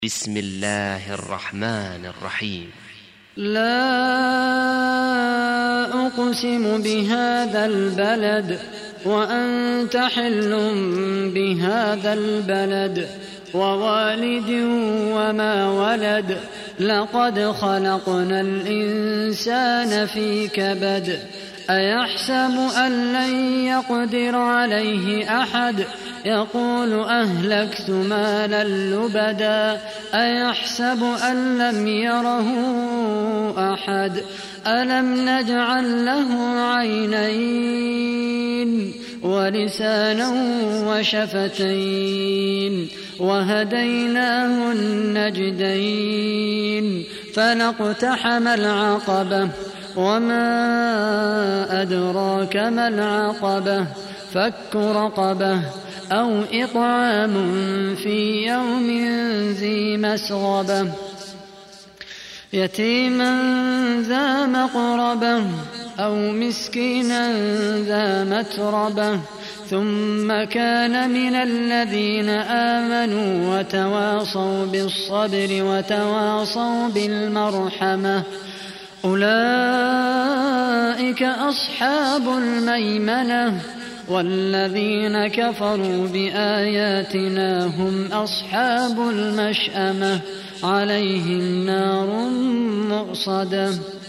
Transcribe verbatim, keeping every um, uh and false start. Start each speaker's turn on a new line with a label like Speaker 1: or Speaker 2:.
Speaker 1: بسم الله الرحمن الرحيم.
Speaker 2: لا أقسم بهذا البلد وأنت حل بهذا البلد ووالد وما ولد لقد خلقنا الإنسان في كبد أيحسب أن لن يقدر عليه أحد يقول أهلكت مالا لبدا أيحسب أن لم يره أحد ألم نجعل له عينين ولسانا وشفتين وهديناه النجدين فلاقتحم العقبة وما أدراك ما العقبة فك رقبة أو إطعام في يوم ذي مسغبة يتيما ذا مقربة أو مسكينا ذا متربة ثم كان من الذين آمنوا وتواصوا بالصبر وتواصوا بالمرحمة أولئك أصحاب الميمنة والذين كفروا بآياتنا هم أصحاب المشأمة عليهم نار مؤصدة.